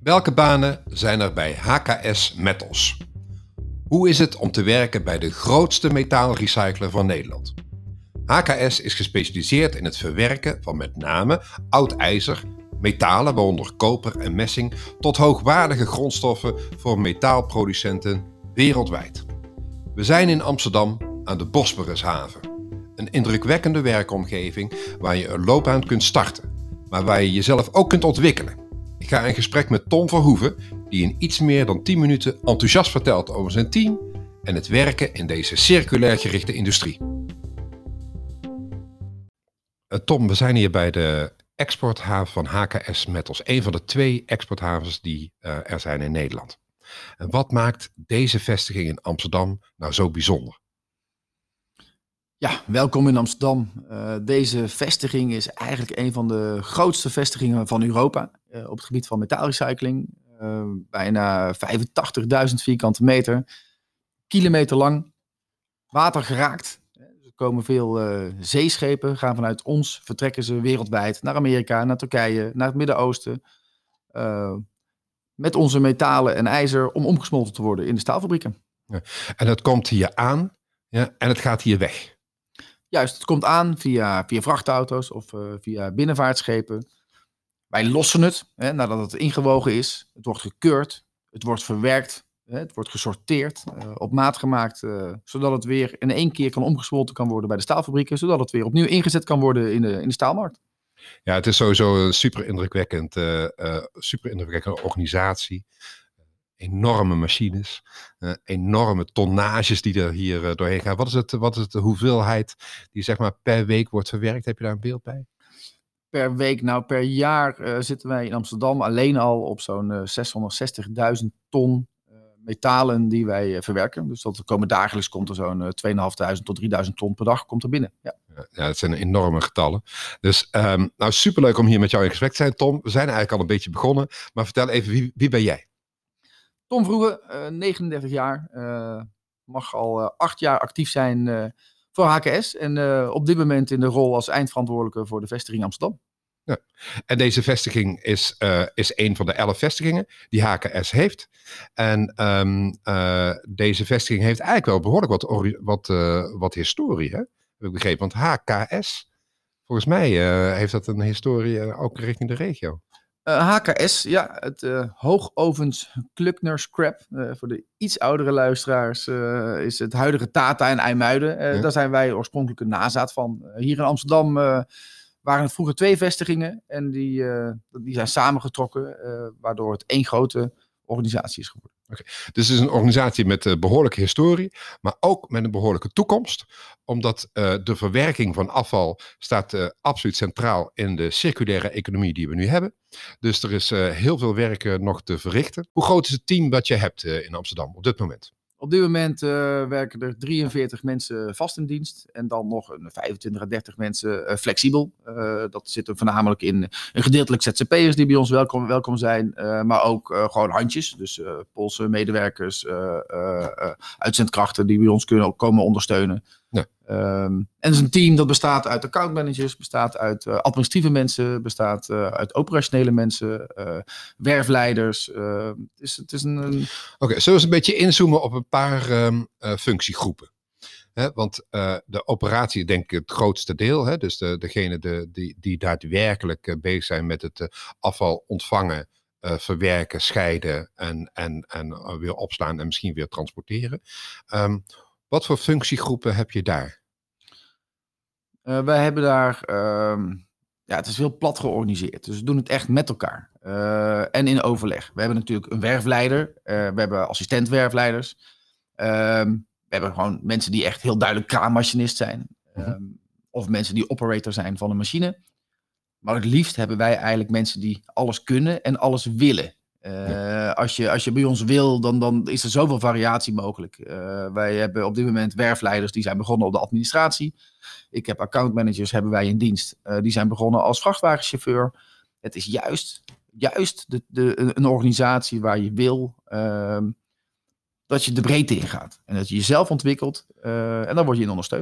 Welke banen zijn er bij HKS Metals? Hoe is het om te werken bij de grootste metaalrecycler van Nederland? HKS is gespecialiseerd in het verwerken van met name oud ijzer, metalen waaronder koper en messing, tot hoogwaardige grondstoffen voor metaalproducenten wereldwijd. We zijn in Amsterdam aan de Bosporushaven. Een indrukwekkende werkomgeving waar je een loopbaan kunt starten, maar waar je jezelf ook kunt ontwikkelen. Ik ga in gesprek met Tom Verhoeven, die in iets meer dan 10 minuten enthousiast vertelt over zijn team en het werken in deze circulair gerichte industrie. Tom, we zijn hier bij de exporthaven van HKS Metals, een van de 2 exporthavens die er zijn in Nederland. En wat maakt deze vestiging in Amsterdam nou zo bijzonder? Ja, welkom in Amsterdam. Deze vestiging is eigenlijk een van de grootste vestigingen van Europa op het gebied van metaalrecycling. Bijna 85.000 vierkante meter, kilometer lang, water geraakt. Er komen veel zeeschepen, gaan vanuit ons, vertrekken ze wereldwijd naar Amerika, naar Turkije, naar het Midden-Oosten. Met onze metalen en ijzer om omgesmolten te worden in de staalfabrieken. Ja, en het komt hier aan, ja, en het gaat hier weg. Juist, het komt aan via vrachtauto's of via binnenvaartschepen. Wij lossen het nadat het ingewogen is. Het wordt gekeurd, het wordt verwerkt, het wordt gesorteerd, op maat gemaakt. Zodat het weer in 1 keer kan omgesmolten kan worden bij de staalfabrieken. Zodat het weer opnieuw ingezet kan worden in de staalmarkt. Ja, het is sowieso een super indrukwekkende organisatie. Enorme machines, enorme tonnages die er hier doorheen gaan. Wat is de hoeveelheid die zeg maar per week wordt verwerkt? Heb je daar een beeld bij? Per week, per jaar zitten wij in Amsterdam alleen al op zo'n 660.000 ton metalen die wij verwerken. Dus dat komen dagelijks komt er zo'n 2.500 tot 3.000 ton per dag komt er binnen. Ja, dat zijn enorme getallen. Dus nou superleuk om hier met jou in gesprek te zijn, Tom. We zijn eigenlijk al een beetje begonnen, maar vertel even, wie ben jij? Tom Verhoeven, 39 jaar, mag al 8 jaar actief zijn voor HKS. En op dit moment in de rol als eindverantwoordelijke voor de vestiging Amsterdam. Ja. En deze vestiging is een van de 11 vestigingen die HKS heeft. En deze vestiging heeft eigenlijk wel behoorlijk wat historie, hè? Heb ik begrepen. Want HKS, volgens mij heeft dat een historie ook richting de regio. HKS, ja, het Hoogovens Klöckner Scrap. Voor de iets oudere luisteraars is het huidige Tata in IJmuiden. Daar zijn wij oorspronkelijk een nazaat van. Hier in Amsterdam waren het vroeger 2 vestigingen en die zijn samengetrokken, waardoor het 1 grote organisatie is geworden. Okay. Dus het is een organisatie met behoorlijke historie, maar ook met een behoorlijke toekomst. Omdat de verwerking van afval staat absoluut centraal in de circulaire economie die we nu hebben. Dus er is heel veel werk nog te verrichten. Hoe groot is het team dat je hebt in Amsterdam op dit moment? Op dit moment werken er 43 mensen vast in dienst en dan nog een 25 à 30 mensen flexibel. Dat zit er voornamelijk in een gedeeltelijk ZZP'ers die bij ons welkom zijn, maar ook gewoon handjes. Dus Poolse medewerkers, uitzendkrachten die bij ons kunnen komen ondersteunen. Ja. En het is een team dat bestaat uit accountmanagers, bestaat uit administratieve mensen, bestaat uit operationele mensen, werfleiders. Het is een... Oké, zullen we eens een beetje inzoomen op een paar functiegroepen? Want de operatie denk ik het grootste deel. Dus degene die daadwerkelijk bezig zijn met het afval ontvangen, verwerken, scheiden en weer opslaan en misschien weer transporteren. Wat voor functiegroepen heb je daar? Wij hebben daar, het is heel plat georganiseerd. Dus we doen het echt met elkaar en in overleg. We hebben natuurlijk een werfleider, we hebben assistent-werfleiders. We hebben gewoon mensen die echt heel duidelijk kraammachinist zijn. Of mensen die operator zijn van een machine. Maar het liefst hebben wij eigenlijk mensen die alles kunnen en alles willen. Als je bij ons wil, dan is er zoveel variatie mogelijk. Wij hebben op dit moment werfleiders die zijn begonnen op de administratie. Ik heb accountmanagers, hebben wij in dienst. Die zijn begonnen als vrachtwagenchauffeur. Het is juist een organisatie waar je wil dat je de breedte ingaat. En dat je jezelf ontwikkelt en dan word je in ondersteund.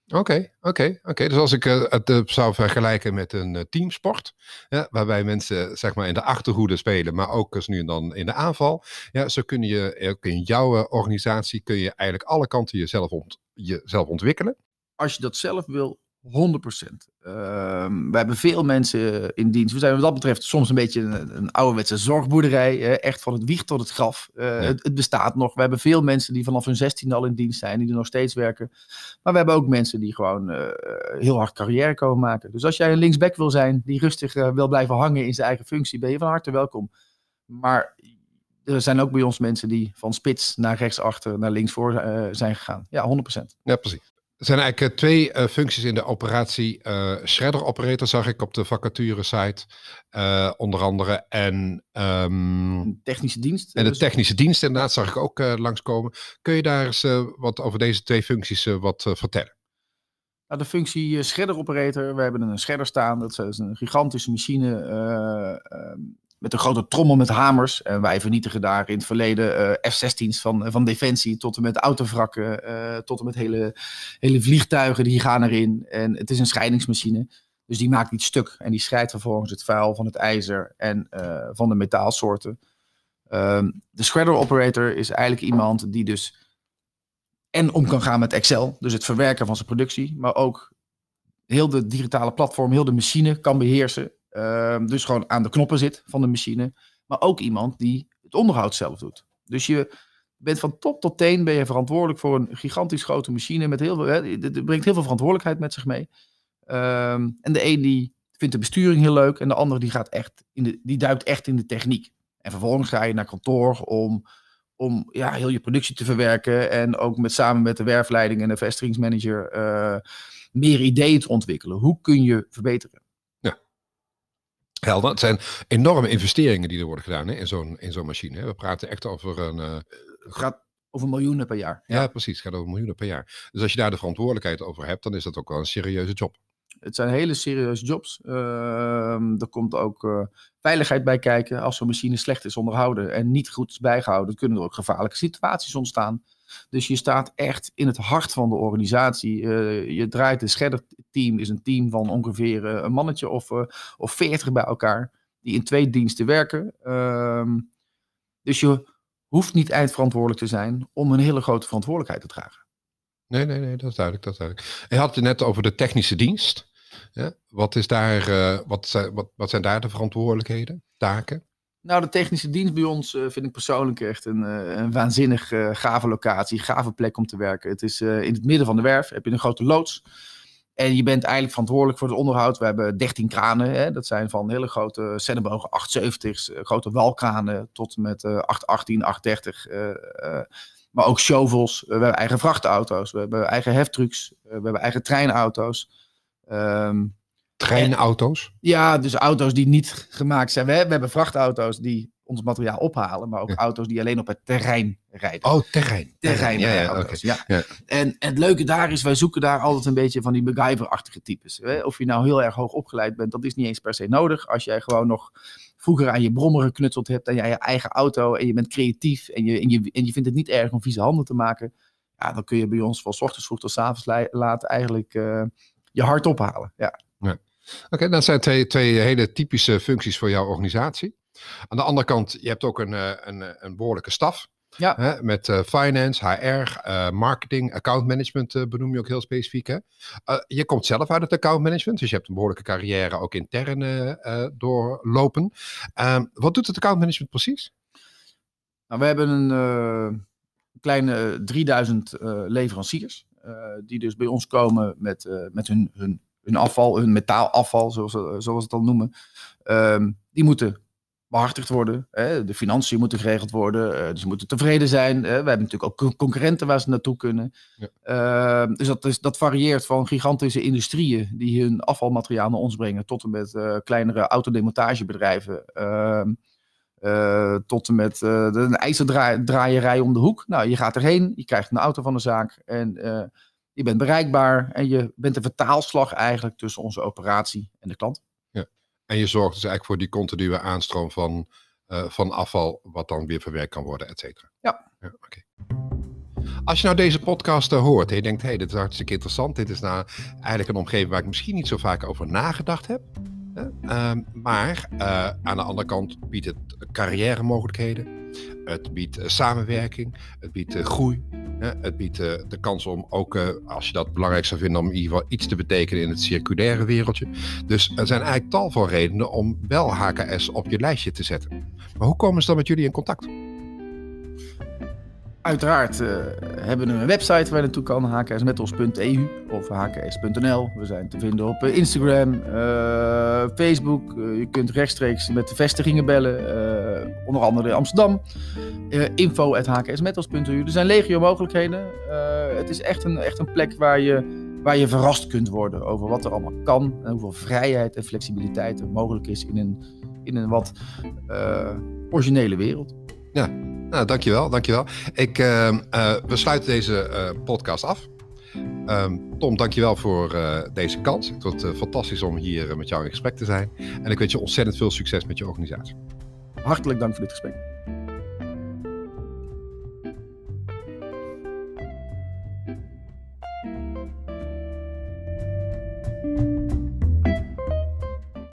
Oké. Dus als ik het zou vergelijken met een teamsport, waarbij mensen zeg maar in de achterhoede spelen, maar ook eens nu en dan in de aanval. Ja, zo kun je ook in jouw organisatie kun je eigenlijk alle kanten jezelf ontwikkelen. Als je dat zelf wil, 100%. We hebben veel mensen in dienst. We zijn wat dat betreft soms een beetje een ouderwetse zorgboerderij. Echt van het wieg tot het graf. Het bestaat nog. We hebben veel mensen die vanaf hun 16 al in dienst zijn. Die er nog steeds werken. Maar we hebben ook mensen die gewoon heel hard carrière komen maken. Dus als jij een linksback wil zijn, die rustig wil blijven hangen in zijn eigen functie, ben je van harte welkom. Maar er zijn ook bij ons mensen die van spits naar rechtsachter, naar linksvoor zijn gegaan. Ja, 100%. Ja, precies. Er zijn eigenlijk 2 functies in de operatie. Shredder operator zag ik op de vacature site. Onder andere. En technische dienst. En de technische dienst inderdaad zag ik ook langskomen. Kun je daar eens wat over deze 2 functies vertellen? Nou, de functie shredder operator. We hebben een shredder staan. Dat is een gigantische machine met een grote trommel met hamers. En wij vernietigen daar in het verleden F-16's van Defensie tot en met autovrakken, tot en met hele vliegtuigen, die gaan erin. En het is een scheidingsmachine, dus die maakt iets stuk. En die scheidt vervolgens het vuil van het ijzer en van de metaalsoorten. De shredder operator is eigenlijk iemand die dus en om kan gaan met Excel, dus het verwerken van zijn productie, maar ook heel de digitale platform, heel de machine kan beheersen. Dus gewoon aan de knoppen zit van de machine. Maar ook iemand die het onderhoud zelf doet. Dus je bent van top tot teen ben je verantwoordelijk voor een gigantisch grote machine. Met heel veel, het brengt heel veel verantwoordelijkheid met zich mee. En de een die vindt de besturing heel leuk. En de ander die gaat echt die duikt echt in de techniek. En vervolgens ga je naar kantoor om heel je productie te verwerken. En ook samen met de werfleiding en de vestigingsmanager meer ideeën te ontwikkelen. Hoe kun je verbeteren? Helder. Het zijn enorme investeringen die er worden gedaan in zo'n machine. Hè. We praten echt over Het gaat over miljoenen per jaar. Ja, precies. Het gaat over miljoenen per jaar. Dus als je daar de verantwoordelijkheid over hebt, dan is dat ook wel een serieuze job. Het zijn hele serieuze jobs. Er komt ook veiligheid bij kijken. Als zo'n machine slecht is onderhouden en niet goed is bijgehouden, kunnen er ook gevaarlijke situaties ontstaan. Dus je staat echt in het hart van de organisatie. Je draait, de shredder-team is een team van ongeveer een mannetje of 40 bij elkaar, die in 2 diensten werken. Dus je hoeft niet eindverantwoordelijk te zijn om een hele grote verantwoordelijkheid te dragen. Nee, dat is duidelijk. Je had het net over de technische dienst. Ja, wat zijn daar de verantwoordelijkheden, taken? Nou, de technische dienst bij ons vind ik persoonlijk echt een waanzinnig gave locatie, gave plek om te werken. Het is in het midden van de werf, heb je een grote loods. En je bent eigenlijk verantwoordelijk voor het onderhoud. We hebben 13 kranen, hè? Dat zijn van hele grote Sennebogen 870's, grote walkranen tot en met 818, 830. Maar ook shovels, we hebben eigen vrachtauto's, we hebben eigen heftrucks, we hebben eigen treinauto's. Treinauto's? Ja, dus auto's die niet gemaakt zijn. We hebben vrachtauto's die ons materiaal ophalen, maar ook auto's die alleen op het terrein rijden. Oh, terrein. Terreinauto's, ja. En het leuke daar is, wij zoeken daar altijd een beetje van die MacGyver-achtige types. Of je nou heel erg hoog opgeleid bent, dat is niet eens per se nodig. Als jij gewoon nog vroeger aan je brommer geknutseld hebt en jij je eigen auto en je bent creatief en je vindt het niet erg om vieze handen te maken, ja, dan kun je bij ons van 's ochtends vroeg tot 's avonds laat eigenlijk je hart ophalen. Ja. Oké, dat zijn twee hele typische functies voor jouw organisatie. Aan de andere kant, je hebt ook een behoorlijke staf. Ja. Hè, met finance, HR, marketing, account management benoem je ook heel specifiek. Hè? Je komt zelf uit het account management, dus je hebt een behoorlijke carrière ook intern doorlopen. Wat doet het account management precies? Nou, we hebben een kleine 3000 leveranciers. Die dus bij ons komen met hun afval, hun metaalafval, zoals we het dan noemen. Die moeten behartigd worden. De financiën moeten geregeld worden. Dus ze moeten tevreden zijn. We hebben natuurlijk ook concurrenten waar ze naartoe kunnen. Ja. Dus dat varieert van gigantische industrieën die hun afvalmateriaal naar ons brengen, tot en met kleinere autodemontagebedrijven. Tot en met een ijzerdraaierij om de hoek. Nou, je gaat erheen, je krijgt een auto van de zaak en je bent bereikbaar en je bent de vertaalslag eigenlijk tussen onze operatie en de klant. Ja. En je zorgt dus eigenlijk voor die continue aanstroom van afval, wat dan weer verwerkt kan worden, et cetera. Ja. Okay. Als je nou deze podcast hoort en je denkt, dit is hartstikke interessant. Dit is nou eigenlijk een omgeving waar ik misschien niet zo vaak over nagedacht heb. Maar aan de andere kant biedt het carrière mogelijkheden. Het biedt samenwerking. Het biedt groei. Het biedt de kans om ook, als je dat belangrijk zou vinden, om in ieder geval iets te betekenen in het circulaire wereldje. Dus er zijn eigenlijk tal van redenen om wel HKS op je lijstje te zetten. Maar hoe komen ze dan met jullie in contact? Uiteraard hebben we een website waar je naartoe kan, hksmetals.eu of hks.nl. We zijn te vinden op Instagram, Facebook. Je kunt rechtstreeks met de vestigingen bellen, onder andere in Amsterdam. info@hksmetals.eu. Er zijn legio mogelijkheden. Het is echt een plek waar je verrast kunt worden over wat er allemaal kan en hoeveel vrijheid en flexibiliteit er mogelijk is in een wat originele wereld. Ja. Nou, dankjewel. We sluiten deze podcast af. Tom, dankjewel voor deze kans. Het wordt fantastisch om hier met jou in gesprek te zijn. En ik wens je ontzettend veel succes met je organisatie. Hartelijk dank voor dit gesprek.